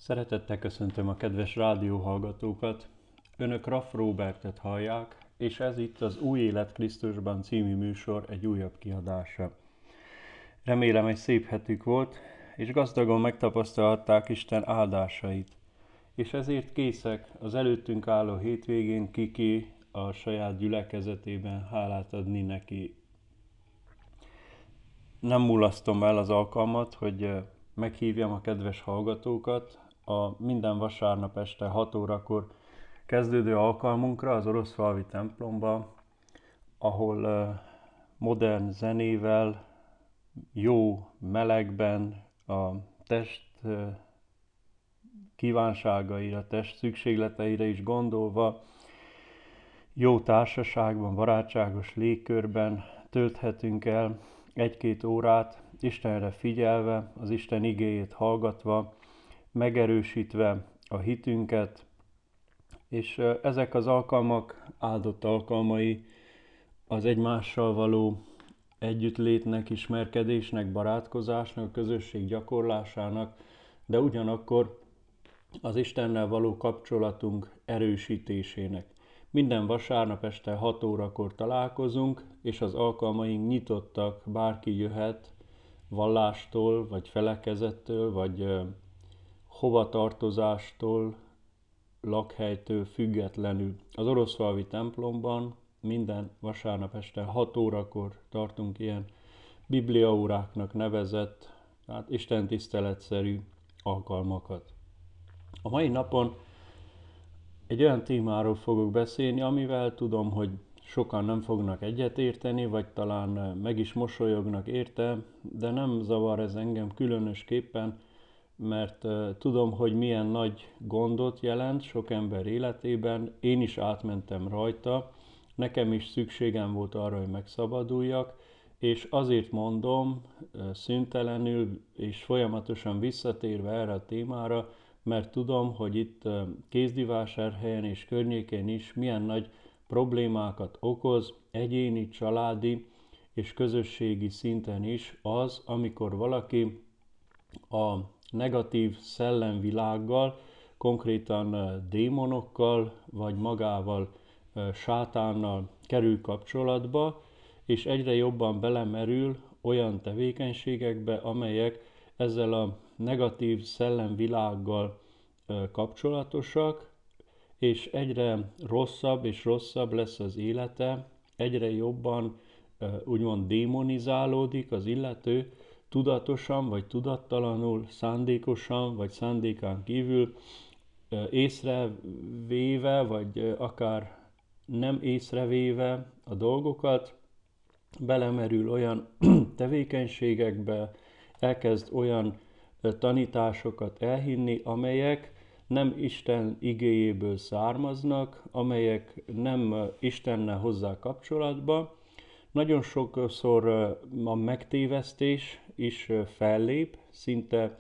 Szeretettel köszöntöm a kedves rádióhallgatókat. Önök Raff Róbertet hallják, és ez itt az Új Élet Krisztusban című műsor egy újabb kiadása. Remélem egy szép hetük volt, és gazdagon megtapasztalhatták Isten áldásait. És ezért készek az előttünk álló hétvégén kiki a saját gyülekezetében hálát adni neki. Nem mulasztom el az alkalmat, hogy meghívjam a kedves hallgatókat a minden vasárnap este 6 órakor kezdődő alkalmunkra az Oroszfalvi templomba, ahol modern zenével, jó melegben, a test kívánságaira, test szükségleteire is gondolva, jó társaságban, barátságos légkörben tölthetünk el egy-két órát, Istenre figyelve, az Isten igéjét hallgatva, megerősítve a hitünket, és ezek az alkalmak áldott alkalmai az egymással való együttlétnek, ismerkedésnek, barátkozásnak, a közösség gyakorlásának, de ugyanakkor az Istennel való kapcsolatunk erősítésének. Minden vasárnap este 6 órakor találkozunk, és az alkalmaink nyitottak, bárki jöhet vallástól, vagy felekezettől, vagy hovatartozástól, lakhelytől függetlenül. Az Oroszfalvi templomban minden vasárnap este 6 órakor tartunk ilyen bibliaóráknak nevezett, tehát istentiszteletszerű alkalmakat. A mai napon egy olyan témáról fogok beszélni, amivel tudom, hogy sokan nem fognak egyetérteni, vagy talán meg is mosolyognak érte, de nem zavar ez engem különösképpen, mert tudom, hogy milyen nagy gondot jelent sok ember életében, én is átmentem rajta, nekem is szükségem volt arra, hogy megszabaduljak, és azért mondom szüntelenül és folyamatosan visszatérve erre a témára, mert tudom, hogy itt Kézdivásárhelyen és környékén is milyen nagy problémákat okoz egyéni, családi és közösségi szinten is az, amikor valaki a negatív szellemvilággal, konkrétan démonokkal, vagy magával, sátánnal kerül kapcsolatba, és egyre jobban belemerül olyan tevékenységekbe, amelyek ezzel a negatív szellemvilággal kapcsolatosak, és egyre rosszabb és rosszabb lesz az élete, egyre jobban úgymond démonizálódik az illető, tudatosan vagy tudattalanul, szándékosan vagy szándékán kívül észrevéve, vagy akár nem észrevéve a dolgokat, belemerül olyan tevékenységekbe, elkezd olyan tanításokat elhinni, amelyek nem Isten igéjéből származnak, amelyek nem Istennel hozzá kapcsolatba. Nagyon sokszor a megtévesztés is fellép, szinte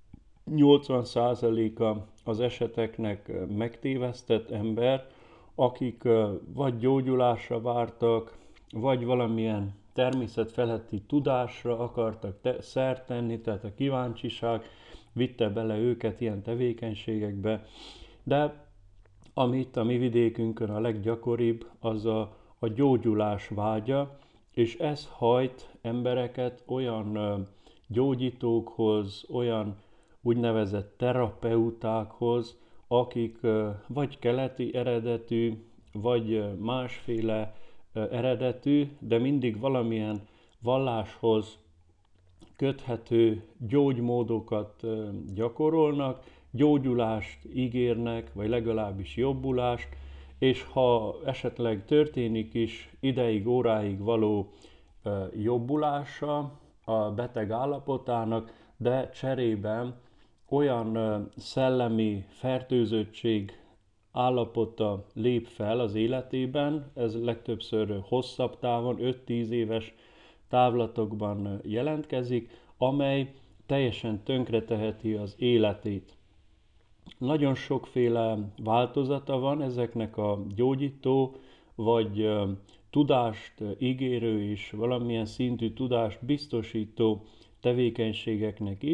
80%-a az eseteknek megtévesztett ember, akik vagy gyógyulásra vártak, vagy valamilyen természetfeletti tudásra akartak szert tenni, tehát a kíváncsiság vitte bele őket ilyen tevékenységekbe. De amit a mi vidékünkön a leggyakoribb, az a gyógyulás vágya, és ez hajt embereket olyan gyógyítókhoz, olyan úgynevezett terapeutákhoz, akik vagy keleti eredetű, vagy másféle eredetű, de mindig valamilyen valláshoz köthető gyógymódokat gyakorolnak, gyógyulást ígérnek, vagy legalábbis jobbulást, és ha esetleg történik is ideig, óráig való jobbulása a beteg állapotának, de cserében olyan szellemi fertőzöttség állapota lép fel az életében, ez legtöbbször hosszabb távon, 5-10 éves távlatokban jelentkezik, amely teljesen tönkreteheti az életét. Nagyon sokféle változata van ezeknek a gyógyító, vagy tudást ígérő és valamilyen szintű tudást biztosító tevékenységeknek is,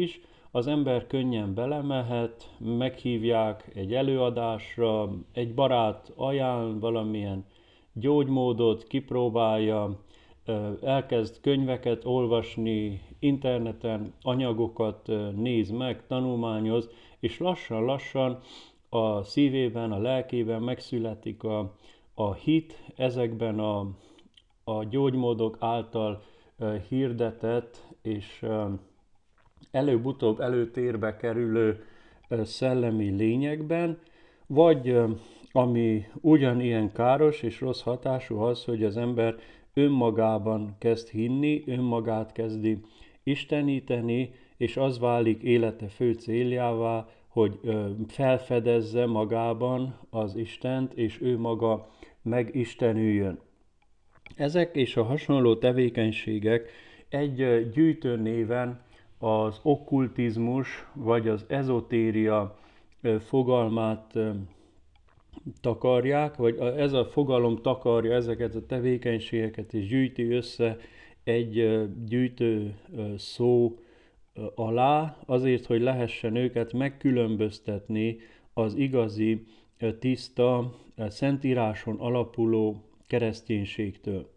az ember könnyen belemehet, meghívják egy előadásra, egy barát ajánl valamilyen gyógymódot, kipróbálja, elkezd könyveket olvasni, interneten anyagokat néz meg, tanulmányoz, és lassan-lassan a szívében, a lelkében megszületik a hit ezekben a gyógymódok által hirdetett és előbb-utóbb előtérbe kerülő szellemi lényekben, vagy ami ugyanilyen káros és rossz hatású az, hogy az ember önmagában kezd hinni, önmagát kezdi isteníteni, és az válik élete fő céljává, hogy felfedezze magában az Istent, és ő maga megistenüljön. Ezek és a hasonló tevékenységek egy gyűjtő néven az okkultizmus vagy az ezotéria fogalmát takarják, vagy ez a fogalom takarja ezeket a tevékenységeket és gyűjti össze egy gyűjtő szó alá, azért, hogy lehessen őket megkülönböztetni az igazi, tiszta, szentíráson alapuló kereszténységtől.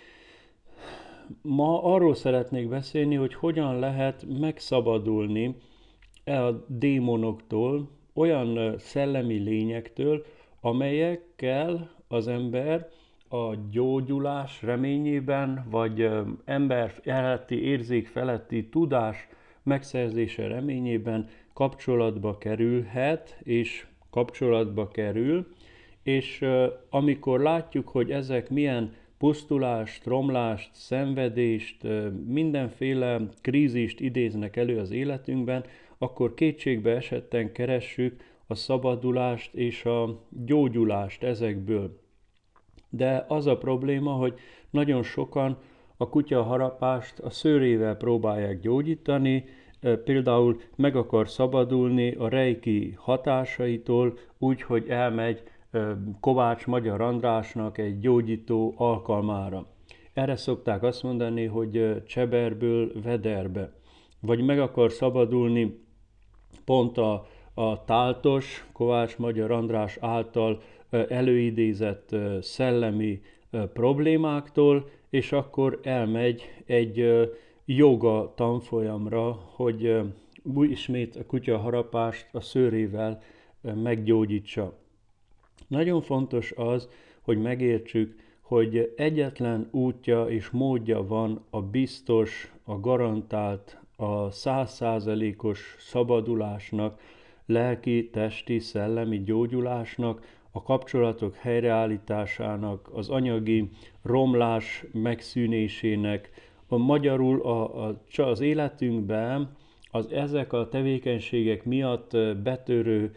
Ma arról szeretnék beszélni, hogy hogyan lehet megszabadulni a démonoktól, olyan szellemi lényektől, amelyekkel az ember a gyógyulás reményében, vagy ember feletti, érzék feletti tudás megszerzése reményében kapcsolatba kerülhet, és kapcsolatba kerül, és amikor látjuk, hogy ezek milyen pusztulást, romlást, szenvedést, mindenféle krízist idéznek elő az életünkben, akkor kétségbe esetten keressük a szabadulást és a gyógyulást ezekből. De az a probléma, hogy nagyon sokan a kutyaharapást a szőrével próbálják gyógyítani, például meg akar szabadulni a reiki hatásaitól, úgy, hogy elmegy Kovács Magyar Andrásnak egy gyógyító alkalmára. Erre szokták azt mondani, hogy cseberből vederbe. Vagy meg akar szabadulni pont a táltos Kovács Magyar András által előidézett szellemi problémáktól, és akkor elmegy egy joga tanfolyamra, hogy ismét a kutyaharapást a szőrével meggyógyítsa. Nagyon fontos az, hogy megértsük, hogy egyetlen útja és módja van a biztos, a garantált, a 100%-os szabadulásnak, lelki, testi, szellemi gyógyulásnak, a kapcsolatok helyreállításának, az anyagi romlás megszűnésének, magyarul az életünkben ezek a tevékenységek miatt betörő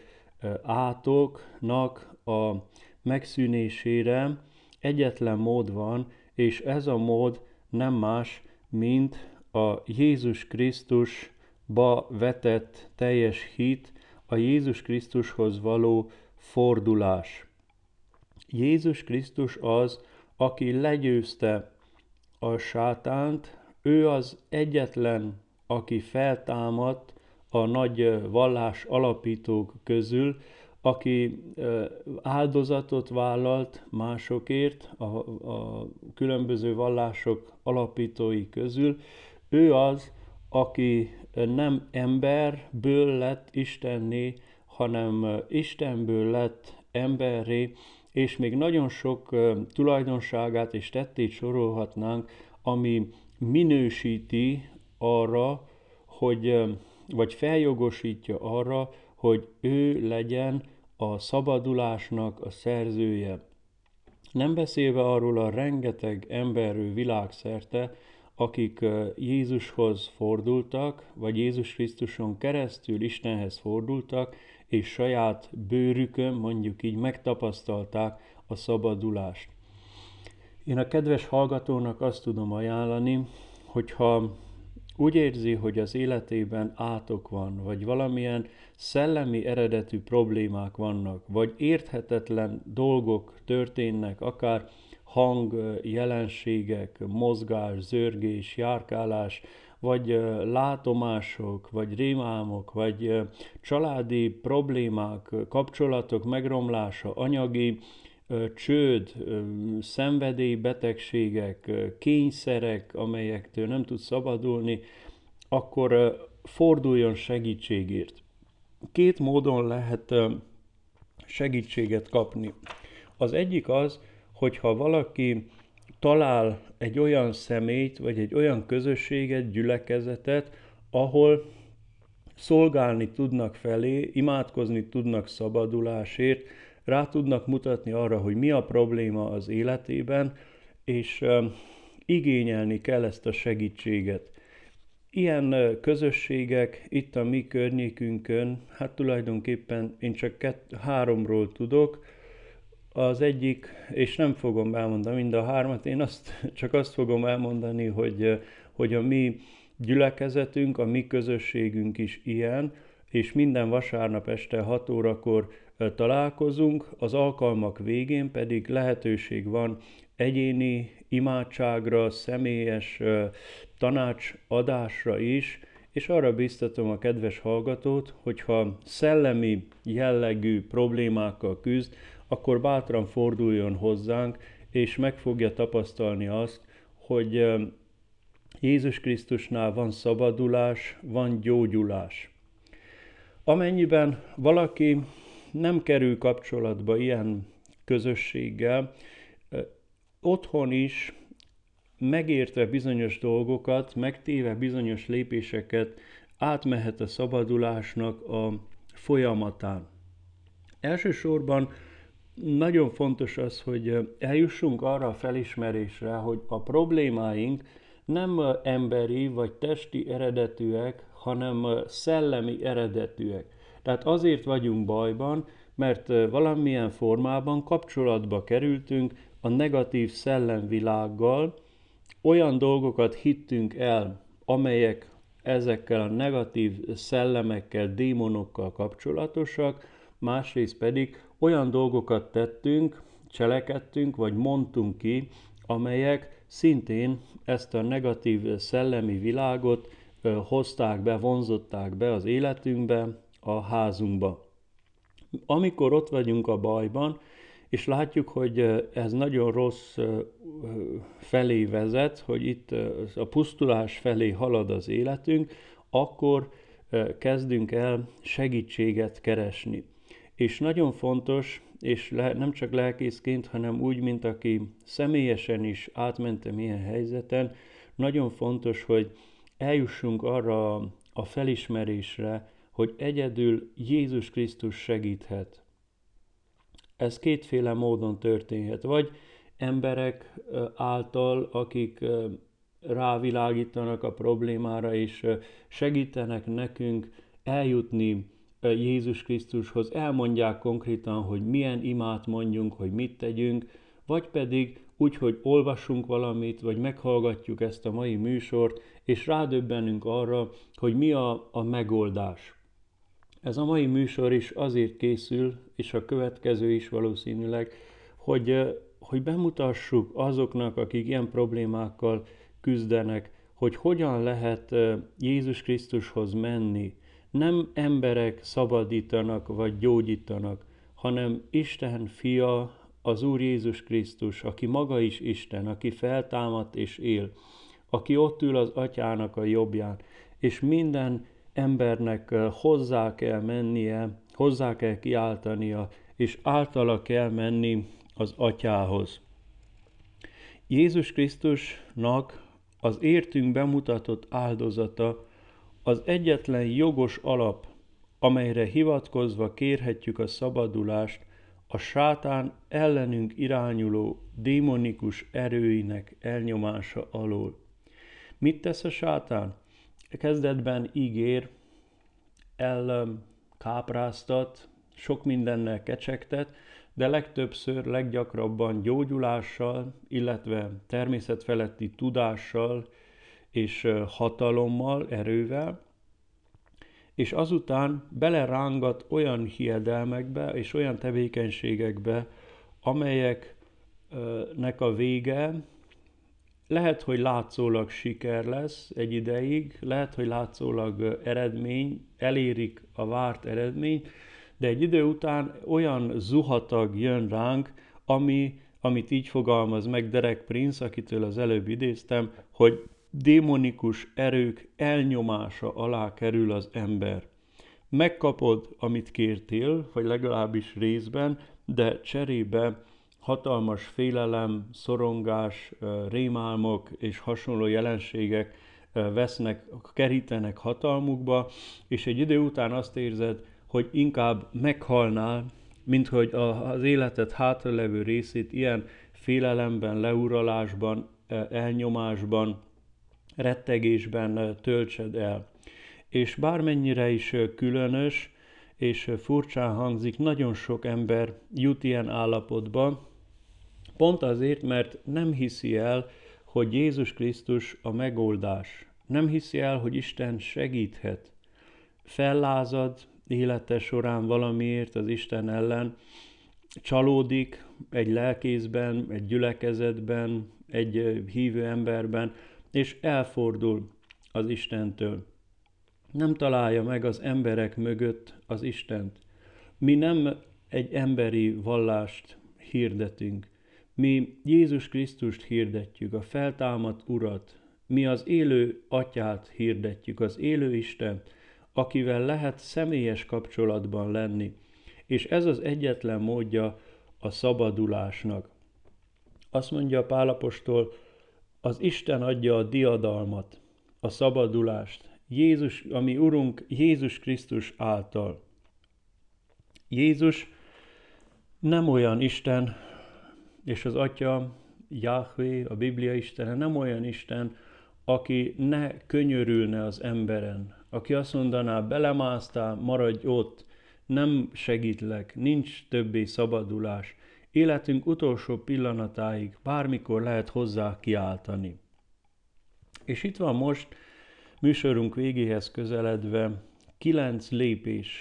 átoknak a megszűnésére egyetlen mód van, és ez a mód nem más, mint a Jézus Krisztusba vetett teljes hit, a Jézus Krisztushoz való fordulás. Jézus Krisztus az, aki legyőzte a sátánt, ő az egyetlen, aki feltámadt a nagy vallás alapítók közül, aki áldozatot vállalt másokért, a különböző vallások alapítói közül. Ő az, aki nem emberből lett Istenné, hanem Istenből lett emberré, és még nagyon sok tulajdonságát és tettét sorolhatnánk, ami minősíti arra, vagy feljogosítja arra, hogy ő legyen a szabadulásnak a szerzője. Nem beszélve arról a rengeteg emberről világszerte, akik Jézushoz fordultak, vagy Jézus Krisztuson keresztül Istenhez fordultak, és saját bőrükön, mondjuk így, megtapasztalták a szabadulást. Én a kedves hallgatónak azt tudom ajánlani, hogyha úgy érzi, hogy az életében átok van, vagy valamilyen szellemi eredetű problémák vannak, vagy érthetetlen dolgok történnek, akár hang, jelenségek, mozgás, zörgés, járkálás, vagy látomások, vagy rémálmok, vagy családi problémák, kapcsolatok megromlása, anyagi csőd, szenvedélybetegségek, kényszerek, amelyektől nem tud szabadulni, akkor forduljon segítségért. Két módon lehet segítséget kapni. Az egyik az, hogyha valaki talál egy olyan személyt, vagy egy olyan közösséget, gyülekezetet, ahol szolgálni tudnak felé, imádkozni tudnak szabadulásért, rá tudnak mutatni arra, hogy mi a probléma az életében, és igényelni kell ezt a segítséget. Ilyen közösségek itt a mi környékünkön, hát tulajdonképpen én csak háromról tudok. Az egyik, és nem fogom elmondani mind a hármat, én csak azt fogom elmondani, hogy a mi gyülekezetünk, a mi közösségünk is ilyen, és minden vasárnap este 6 órakor találkozunk, az alkalmak végén pedig lehetőség van egyéni imádságra, személyes tanácsadásra is, és arra biztatom a kedves hallgatót, hogyha szellemi jellegű problémákkal küzd, akkor bátran forduljon hozzánk, és meg fogja tapasztalni azt, hogy Jézus Krisztusnál van szabadulás, van gyógyulás. Amennyiben valaki nem kerül kapcsolatba ilyen közösséggel, otthon is megértve bizonyos dolgokat, megtéve bizonyos lépéseket átmehet a szabadulásnak a folyamatán. Elsősorban nagyon fontos az, hogy eljussunk arra a felismerésre, hogy a problémáink nem emberi vagy testi eredetűek, hanem szellemi eredetűek. Tehát azért vagyunk bajban, mert valamilyen formában kapcsolatba kerültünk a negatív szellemvilággal, olyan dolgokat hittünk el, amelyek ezekkel a negatív szellemekkel, démonokkal kapcsolatosak, másrészt pedig olyan dolgokat tettünk, cselekedtünk, vagy mondtunk ki, amelyek szintén ezt a negatív szellemi világot hozták be, vonzották be az életünkbe, a házunkba. Amikor ott vagyunk a bajban, és látjuk, hogy ez nagyon rossz felé vezet, hogy itt a pusztulás felé halad az életünk, akkor kezdünk el segítséget keresni. És nagyon fontos, és nem csak lelkészként, hanem úgy, mint aki személyesen is átmentem ilyen helyzeten, nagyon fontos, hogy eljussunk arra a felismerésre, hogy egyedül Jézus Krisztus segíthet. Ez kétféle módon történhet. Vagy emberek által, akik rávilágítanak a problémára, és segítenek nekünk eljutni Jézus Krisztushoz, elmondják konkrétan, hogy milyen imát mondjunk, hogy mit tegyünk, vagy pedig úgy, hogy olvassunk valamit, vagy meghallgatjuk ezt a mai műsort, és rádöbbenünk arra, hogy mi a megoldás. Ez a mai műsor is azért készül, és a következő is valószínűleg, hogy bemutassuk azoknak, akik ilyen problémákkal küzdenek, hogy hogyan lehet Jézus Krisztushoz menni. Nem emberek szabadítanak vagy gyógyítanak, hanem Isten fia, az Úr Jézus Krisztus, aki maga is Isten, aki feltámadt és él, aki ott ül az Atyának a jobbján, és minden embernek hozzá kell mennie, hozzá kell kiáltania, és általa kell menni az Atyához. Jézus Krisztusnak az értünk bemutatott áldozata az egyetlen jogos alap, amelyre hivatkozva kérhetjük a szabadulást a sátán ellenünk irányuló démonikus erőinek elnyomása alól. Mit tesz a sátán? Kezdetben ígér, elkápráztat, sok mindennel kecsegtet, de legtöbbször, leggyakrabban gyógyulással, illetve természetfeletti tudással és hatalommal, erővel, és azután belerángat olyan hiedelmekbe és olyan tevékenységekbe, amelyeknek a vége lehet, hogy látszólag siker lesz egy ideig, lehet, hogy látszólag eredmény, elérik a várt eredményt, de egy idő után olyan zuhatag jön ránk, amit így fogalmaz meg Derek Prince, akitől az előbb idéztem, hogy démonikus erők elnyomása alá kerül az ember. Megkapod, amit kértél, vagy legalábbis részben, de cserébe hatalmas félelem, szorongás, rémálmok és hasonló jelenségek kerítenek hatalmukba, és egy idő után azt érzed, hogy inkább meghalnál, mint hogy az életed hátralevő részét ilyen félelemben, leuralásban, elnyomásban, rettegésben töltsed el. És bármennyire is különös és furcsán hangzik, nagyon sok ember jut ilyen állapotba, pont azért, mert nem hiszi el, hogy Jézus Krisztus a megoldás. Nem hiszi el, hogy Isten segíthet. Fellázad élete során valamiért az Isten ellen, csalódik egy lelkészben, egy gyülekezetben, egy hívő emberben, és elfordul az Istentől. Nem találja meg az emberek mögött az Istent. Mi nem egy emberi vallást hirdetünk. Mi Jézus Krisztust hirdetjük, a feltámadt Urat. Mi az élő Atyát hirdetjük, az élő Istent, akivel lehet személyes kapcsolatban lenni. És ez az egyetlen módja a szabadulásnak. Azt mondja Pál apostol, az Isten adja a diadalmat, a szabadulást, a mi Urunk Jézus Krisztus által. Jézus nem olyan Isten, és az Atya, Jahvé, a Biblia Istene nem olyan Isten, aki ne könyörülne az emberen, aki azt mondaná, belemásztál, maradj ott, nem segítlek, nincs többé szabadulás. Életünk utolsó pillanatáig bármikor lehet hozzá kiáltani. És itt van most, műsorunk végéhez közeledve 9 lépés,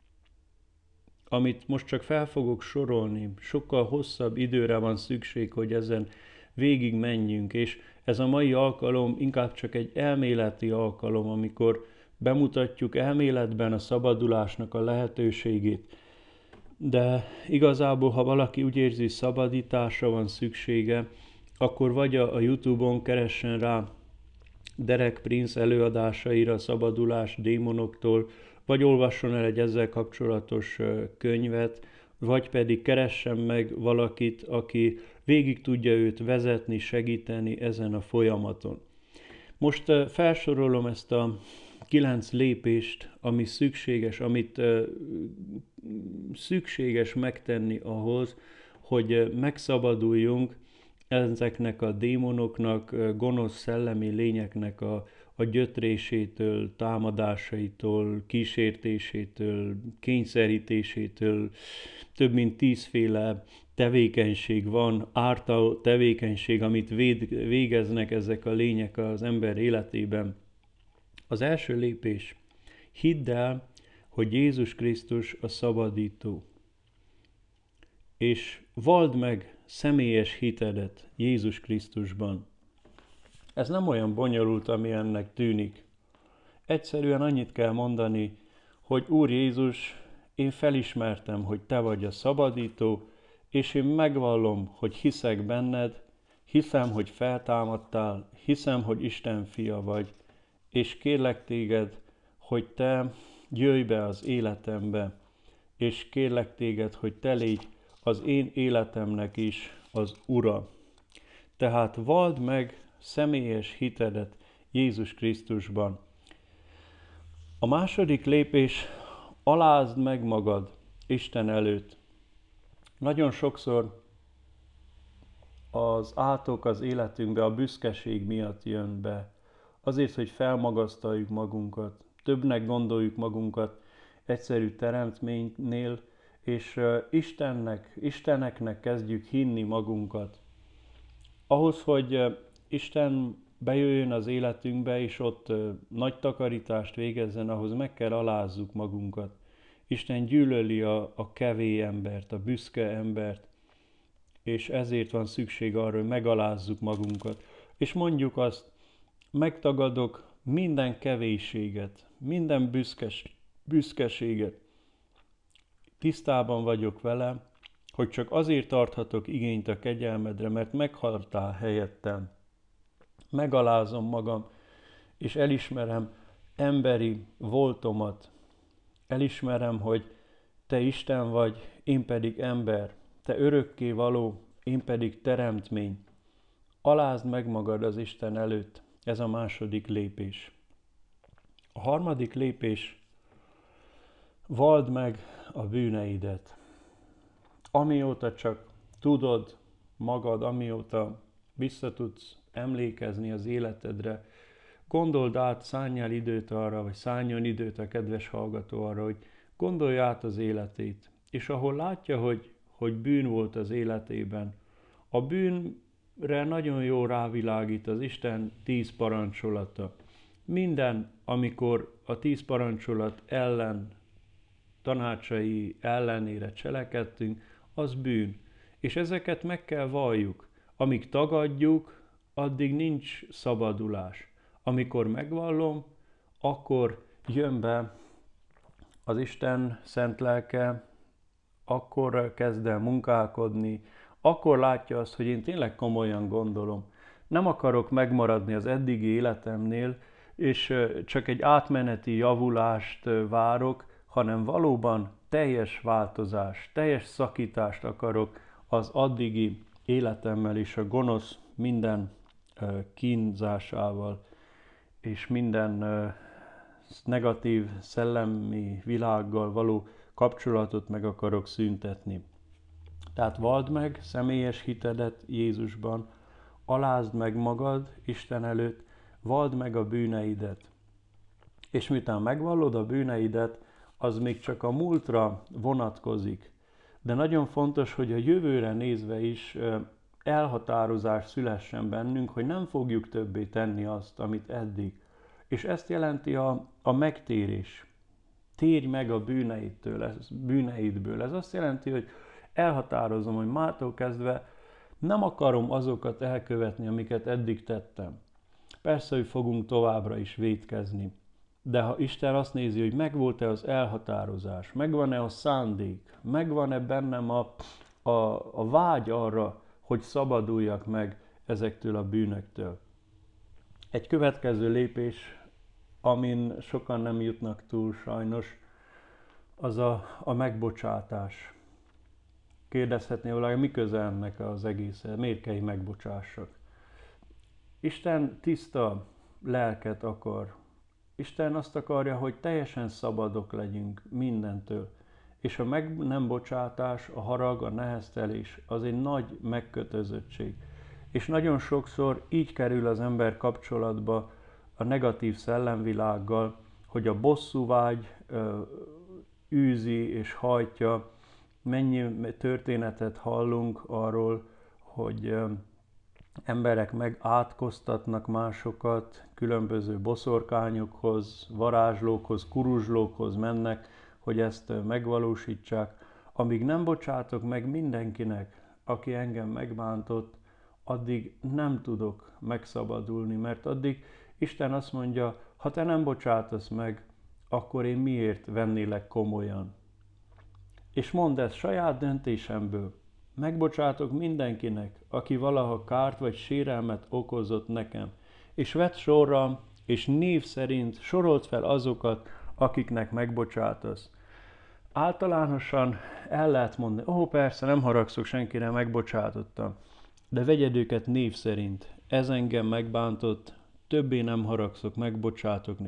amit most csak fel fogok sorolni. Sokkal hosszabb időre van szükség, hogy ezen végig menjünk, és ez a mai alkalom inkább csak egy elméleti alkalom, amikor bemutatjuk elméletben a szabadulásnak a lehetőségét. De igazából, ha valaki úgy érzi, szabadításra van szüksége, akkor vagy a YouTube-on keressen rá Derek Prince előadásaira a szabadulás démonoktól, vagy olvasson el egy ezzel kapcsolatos könyvet, vagy pedig keressen meg valakit, aki végig tudja őt vezetni, segíteni ezen a folyamaton. Most felsorolom ezt a 9 lépést, ami szükséges, amit szükséges megtenni ahhoz, hogy megszabaduljunk ezeknek a démonoknak, gonosz szellemi lényeknek a gyötrésétől, támadásaitól, kísértésétől, kényszerítésétől. Több mint 10 féle tevékenység van, ártó tevékenység, amit végeznek ezek a lények az ember életében. Az első lépés, hidd el, hogy Jézus Krisztus a szabadító. És valld meg személyes hitedet Jézus Krisztusban. Ez nem olyan bonyolult, ami ennek tűnik. Egyszerűen annyit kell mondani, hogy Úr Jézus, én felismertem, hogy Te vagy a szabadító, és én megvallom, hogy hiszek benned, hiszem, hogy feltámadtál, hiszem, hogy Isten fia vagy, és kérlek Téged, hogy Te jöjj be az életembe, és kérlek Téged, hogy Te légy az én életemnek is az Ura. Tehát valld meg személyes hitedet Jézus Krisztusban. A második lépés, alázd meg magad Isten előtt. Nagyon sokszor az átok az életünkbe a büszkeség miatt jön be. Azért, hogy felmagasztaljuk magunkat, többnek gondoljuk magunkat egyszerű teremtménynél, és Isteneknek kezdjük hinni magunkat. Ahhoz, hogy Isten bejöjjön az életünkbe, és ott nagy takarítást végezzen, ahhoz meg kell alázzuk magunkat. Isten gyűlöli a kevély embert, a büszke embert, és ezért van szükség arra, hogy megalázzuk magunkat. és mondjuk azt, megtagadok minden kevésséget, minden büszkeséget. Tisztában vagyok vele, hogy csak azért tarthatok igényt a kegyelmedre, mert meghaltál helyettem. Megalázom magam, és elismerem emberi voltomat. Elismerem, hogy te Isten vagy, én pedig ember. Te örökké való, én pedig teremtmény. Alázd meg magad az Isten előtt. Ez a második lépés. A harmadik lépés, valld meg a bűneidet. Amióta csak tudod magad, amióta vissza tudsz emlékezni az életedre, gondold át, szálljál időt arra, vagy szálljon időt a kedves hallgató arra, hogy gondolj át az életét. És ahol látja, hogy bűn volt az életében, a bűnre nagyon jól rávilágít az Isten 10 parancsolata. Minden, amikor a 10 parancsolat ellen, tanácsai ellenére cselekedtünk, az bűn. És ezeket meg kell valljuk. Amíg tagadjuk, addig nincs szabadulás. Amikor megvallom, akkor jön be az Isten szent lelke, akkor kezd el munkálkodni, akkor látja azt, hogy én tényleg komolyan gondolom. Nem akarok megmaradni az eddigi életemnél, és csak egy átmeneti javulást várok, hanem valóban teljes változás, teljes szakítást akarok az addigi életemmel és a gonosz minden kínzásával és minden negatív szellemi világgal való kapcsolatot meg akarok szüntetni. Tehát valld meg személyes hitedet Jézusban, alázd meg magad Isten előtt, valld meg a bűneidet. És miután megvallod a bűneidet, az még csak a múltra vonatkozik. De nagyon fontos, hogy a jövőre nézve is elhatározás szülessen bennünk, hogy nem fogjuk többé tenni azt, amit eddig. És ezt jelenti a megtérés. Térj meg a bűneidből. Ez azt jelenti, hogy elhatározom, hogy mától kezdve nem akarom azokat elkövetni, amiket eddig tettem. Persze, hogy fogunk továbbra is vétkezni. De ha Isten azt nézi, hogy megvolt-e az elhatározás, megvan-e a szándék, megvan-e bennem a vágy arra, hogy szabaduljak meg ezektől a bűnöktől. Egy következő lépés, amin sokan nem jutnak túl sajnos, az a megbocsátás. Kérdezhetné valaki, mi köze ennek az egészhez, miért kell megbocsássak? Isten tiszta lelket akar. Isten azt akarja, hogy teljesen szabadok legyünk mindentől. És a meg nem bocsátás, a harag, a neheztelés, az egy nagy megkötözöttség. És nagyon sokszor így kerül az ember kapcsolatba a negatív szellemvilággal, hogy a bosszúvágy űzi és hajtja. Mennyi történetet hallunk arról, hogy emberek átkoztatnak másokat, különböző boszorkányokhoz, varázslókhoz, kuruzslókhoz mennek, hogy ezt megvalósítsák. Amíg nem bocsátok meg mindenkinek, aki engem megbántott, addig nem tudok megszabadulni, mert addig Isten azt mondja, ha te nem bocsátasz meg, akkor én miért vennélek komolyan? És mondd ezt saját döntésemből. Megbocsátok mindenkinek, aki valaha kárt vagy sérelmet okozott nekem. És vedd sorra, és név szerint sorold fel azokat, akiknek megbocsátasz. Általánosan el lehet mondani, persze, nem haragszok senkire, megbocsátottam. De vegyed őket név szerint. Ez engem megbántott, többé nem haragszok, megbocsátok.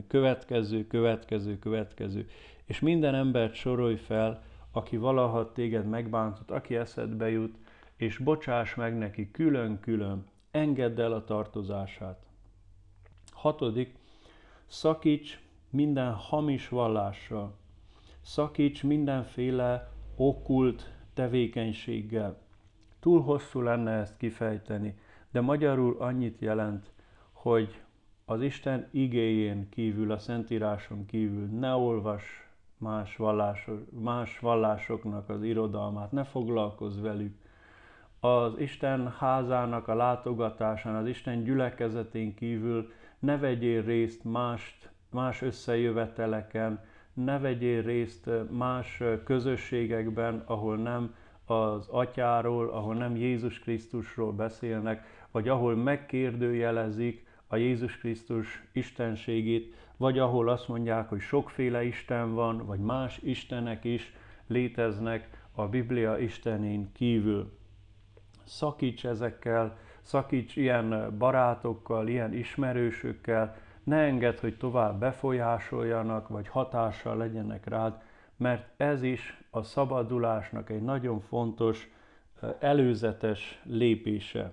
Következő. És minden embert sorolj fel, aki valaha téged megbántott, aki eszedbe jut, és bocsáss meg neki külön-külön, engedd el a tartozását. 6. Szakíts minden hamis vallással, szakíts mindenféle okkult tevékenységgel. Túl hosszú lenne ezt kifejteni, de magyarul annyit jelent, hogy az Isten igéjén kívül, a Szentíráson kívül ne olvass más vallásoknak az irodalmát, ne foglalkozz velük. Az Isten házának a látogatásán, az Isten gyülekezetén kívül ne vegyél részt más összejöveteleken, ne vegyél részt más közösségekben, ahol nem az Atyáról, ahol nem Jézus Krisztusról beszélnek, vagy ahol megkérdőjelezik a Jézus Krisztus istenségét, vagy ahol azt mondják, hogy sokféle Isten van, vagy más istenek is léteznek a Biblia Istenén kívül. Szakíts ezekkel, szakíts ilyen barátokkal, ilyen ismerősökkel, ne engedd, hogy tovább befolyásoljanak, vagy hatással legyenek rád, mert ez is a szabadulásnak egy nagyon fontos, előzetes lépése.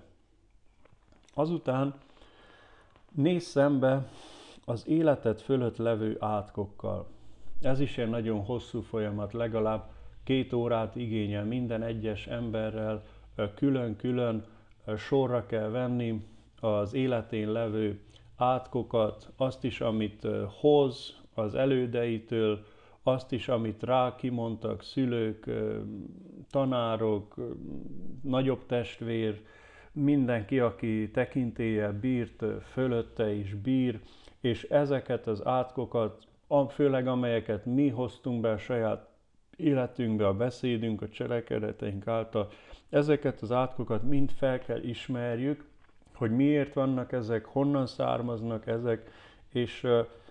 Azután nézz szembe az életed fölött levő átkokkal. Ez is egy nagyon hosszú folyamat, legalább 2 órát igényel minden egyes emberrel, külön-külön sorra kell venni az életén levő átkokat, azt is, amit hoz az elődeitől, azt is, amit rá kimondtak szülők, tanárok, nagyobb testvér, mindenki, aki tekintéllyel bírt, fölötte is bír, és ezeket az átkokat, főleg amelyeket mi hoztunk be a saját életünkbe, a beszédünk, a cselekedeteink által, ezeket az átkokat mind fel kell ismerjük, hogy miért vannak ezek, honnan származnak ezek, és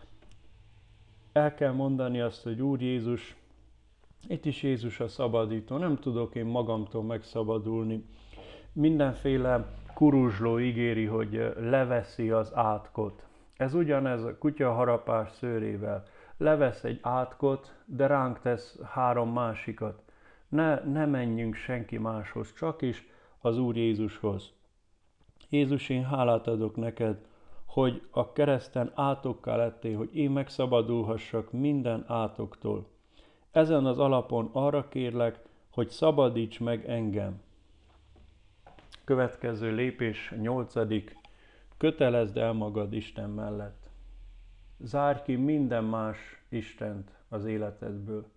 el kell mondani azt, hogy Úr Jézus, itt is Jézus a szabadító, nem tudok én magamtól megszabadulni. Mindenféle kuruzsló ígéri, hogy leveszi az átkot. Ez ugyanez a kutyaharapás szőrével. Levesz egy átkot, de ránk tesz 3 másikat. Ne menjünk senki máshoz, csak is az Úr Jézushoz. Jézus, én hálát adok neked, hogy a kereszten átokká lettél, hogy én megszabadulhassak minden átoktól. Ezen az alapon arra kérlek, hogy szabadíts meg engem. Következő lépés, 8. Kötelezd el magad Isten mellett. Zárj ki minden más Istent az életedből.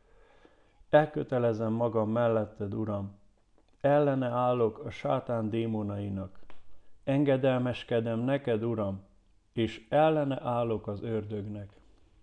Elkötelezem magam melletted, Uram. Ellene állok a sátán démonainak. Engedelmeskedem neked, Uram, és ellene állok az ördögnek.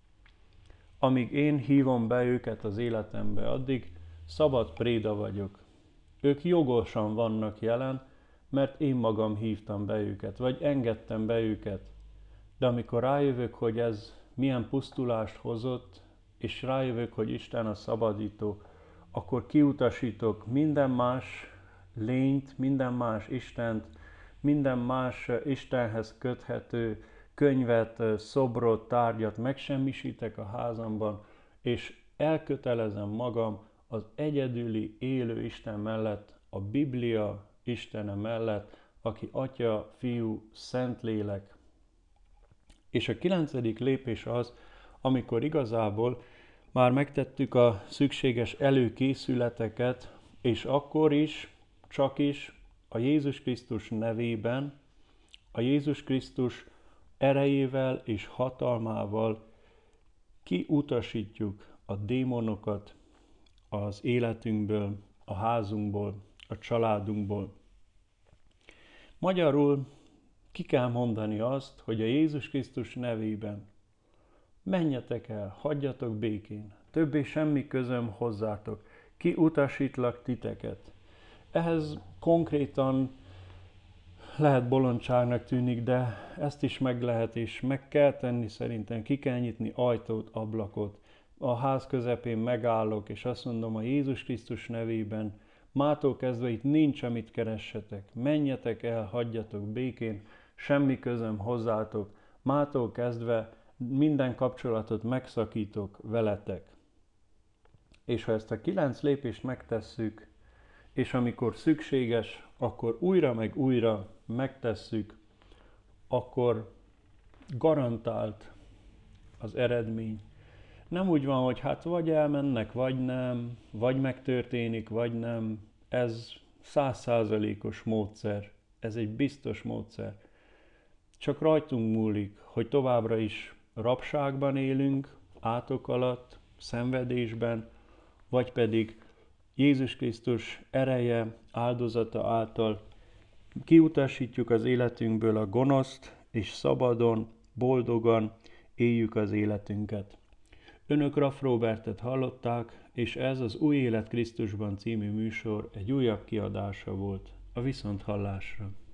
Amíg én hívom be őket az életembe, addig szabad préda vagyok. Ők jogosan vannak jelen, mert én magam hívtam be őket, vagy engedtem be őket. De amikor rájövök, hogy ez milyen pusztulást hozott, és rájövök, hogy Isten a szabadító, akkor kiutasítok minden más lényt, minden más Istent, minden más Istenhez köthető könyvet, szobrot, tárgyat megsemmisítek a házamban, és elkötelezem magam az egyedüli élő Isten mellett, a Biblia Istene mellett, aki Atya, Fiú, Szentlélek. És a 9. lépés az, amikor igazából már megtettük a szükséges előkészületeket, és akkor is, csak is a Jézus Krisztus nevében, a Jézus Krisztus erejével és hatalmával kiutasítjuk a démonokat az életünkből, a házunkból, a családunkból. Magyarul ki kell mondani azt, hogy a Jézus Krisztus nevében menjetek el, hagyjatok békén, többé semmi közöm hozzátok, kiutasítlak titeket. Ehhez konkrétan lehet bolondságnak tűnik, de ezt is meg lehet és meg kell tenni szerintem, ki kell nyitni ajtót, ablakot. A ház közepén megállok, és azt mondom a Jézus Krisztus nevében, mától kezdve itt nincs, amit keressetek. Menjetek el, hagyjatok békén, semmi közöm hozzátok. Mától kezdve minden kapcsolatot megszakítok veletek. És ha ezt a 9 lépést megtesszük, és amikor szükséges, akkor újra meg újra megtesszük, akkor garantált az eredmény. Nem úgy van, hogy hát vagy elmennek, vagy nem, vagy megtörténik, vagy nem. Ez 100%-os módszer. Ez egy biztos módszer. Csak rajtunk múlik, hogy továbbra is rabságban élünk, átok alatt, szenvedésben, vagy pedig Jézus Krisztus ereje, áldozata által kiutasítjuk az életünkből a gonoszt, és szabadon, boldogan éljük az életünket. Önök Raff Robertet hallották, és ez az Új Élet Krisztusban című műsor egy újabb kiadása volt. A viszonthallásra!